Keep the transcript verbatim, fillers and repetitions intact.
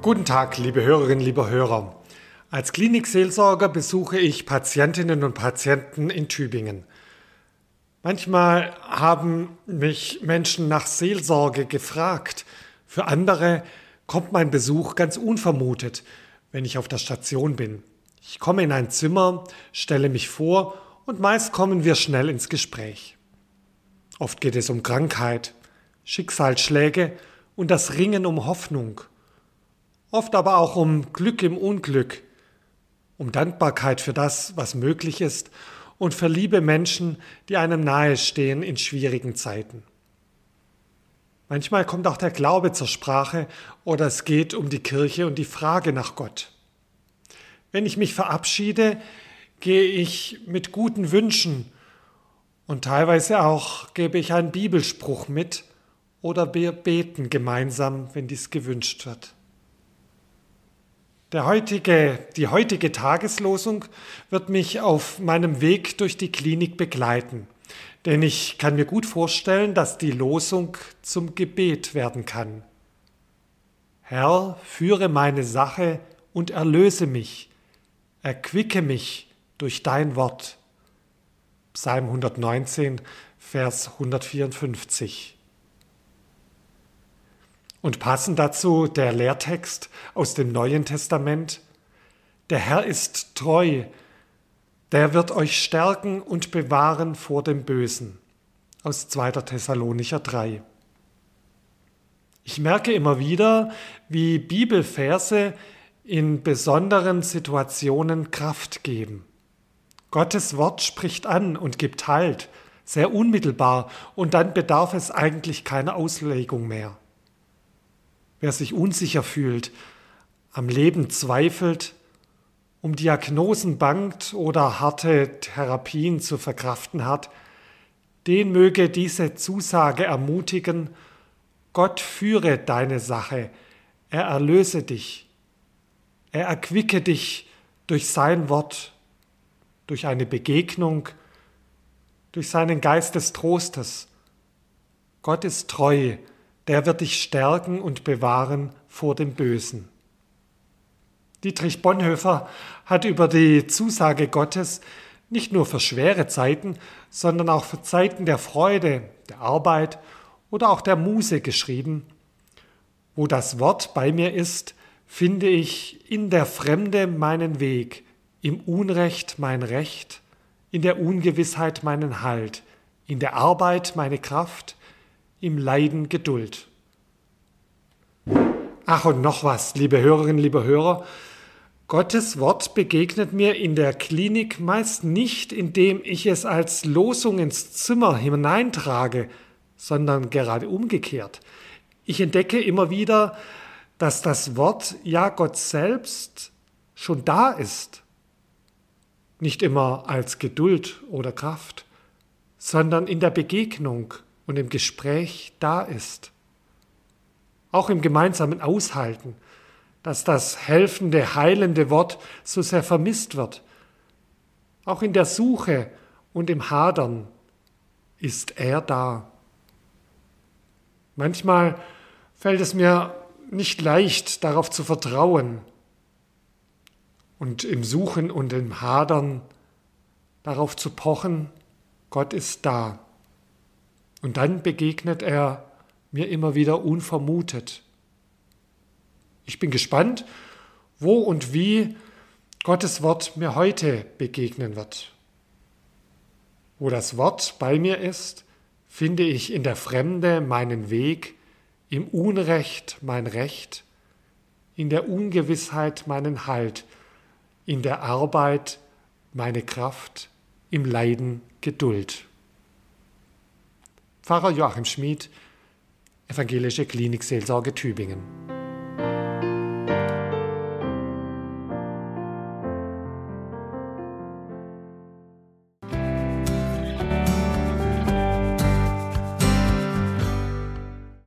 Guten Tag, liebe Hörerinnen, liebe Hörer. Als Klinikseelsorger besuche ich Patientinnen und Patienten in Tübingen. Manchmal haben mich Menschen nach Seelsorge gefragt. Für andere kommt mein Besuch ganz unvermutet, wenn ich auf der Station bin. Ich komme in ein Zimmer, stelle mich vor und meist kommen wir schnell ins Gespräch. Oft geht es um Krankheit, Schicksalsschläge und das Ringen um Hoffnung. Oft aber auch um Glück im Unglück, um Dankbarkeit für das, was möglich ist und für liebe Menschen, die einem nahestehen in schwierigen Zeiten. Manchmal kommt auch der Glaube zur Sprache oder es geht um die Kirche und die Frage nach Gott. Wenn ich mich verabschiede, gehe ich mit guten Wünschen und teilweise auch gebe ich einen Bibelspruch mit oder wir beten gemeinsam, wenn dies gewünscht wird. Der heutige, die heutige Tageslosung wird mich auf meinem Weg durch die Klinik begleiten, denn ich kann mir gut vorstellen, dass die Losung zum Gebet werden kann. Herr, führe meine Sache und erlöse mich, erquicke mich durch dein Wort. Psalm hundertneunzehn, Vers hundertvierundfünfzig. Und passend dazu der Lehrtext aus dem Neuen Testament. Der Herr ist treu, der wird euch stärken und bewahren vor dem Bösen. Aus zweiter Thessalonicher drei. Ich merke immer wieder, wie Bibelverse in besonderen Situationen Kraft geben. Gottes Wort spricht an und gibt Halt, sehr unmittelbar, und dann bedarf es eigentlich keiner Auslegung mehr. Wer sich unsicher fühlt, am Leben zweifelt, um Diagnosen bangt oder harte Therapien zu verkraften hat, den möge diese Zusage ermutigen: Gott führe deine Sache, er erlöse dich, er erquicke dich durch sein Wort, durch eine Begegnung, durch seinen Geist des Trostes. Gott ist treu, der wird dich stärken und bewahren vor dem Bösen. Dietrich Bonhoeffer hat über die Zusage Gottes nicht nur für schwere Zeiten, sondern auch für Zeiten der Freude, der Arbeit oder auch der Muße geschrieben: Wo das Wort bei mir ist, finde ich in der Fremde meinen Weg, im Unrecht mein Recht, in der Ungewissheit meinen Halt, in der Arbeit meine Kraft, im Leiden Geduld. Ach, und noch was, liebe Hörerinnen, liebe Hörer. Gottes Wort begegnet mir in der Klinik meist nicht, indem ich es als Losung ins Zimmer hineintrage, sondern gerade umgekehrt. Ich entdecke immer wieder, dass das Wort, ja Gott selbst, schon da ist. Nicht immer als Geduld oder Kraft, sondern in der Begegnung und im Gespräch da ist. Auch im gemeinsamen Aushalten, dass das helfende, heilende Wort so sehr vermisst wird. Auch in der Suche und im Hadern ist er da. Manchmal fällt es mir nicht leicht, darauf zu vertrauen und im Suchen und im Hadern darauf zu pochen: Gott ist da. Und dann begegnet er mir immer wieder unvermutet. Ich bin gespannt, wo und wie Gottes Wort mir heute begegnen wird. Wo das Wort bei mir ist, finde ich in der Fremde meinen Weg, im Unrecht mein Recht, in der Ungewissheit meinen Halt, in der Arbeit meine Kraft, im Leiden Geduld. Pfarrer Joachim Schmid, Evangelische Klinikseelsorge Tübingen.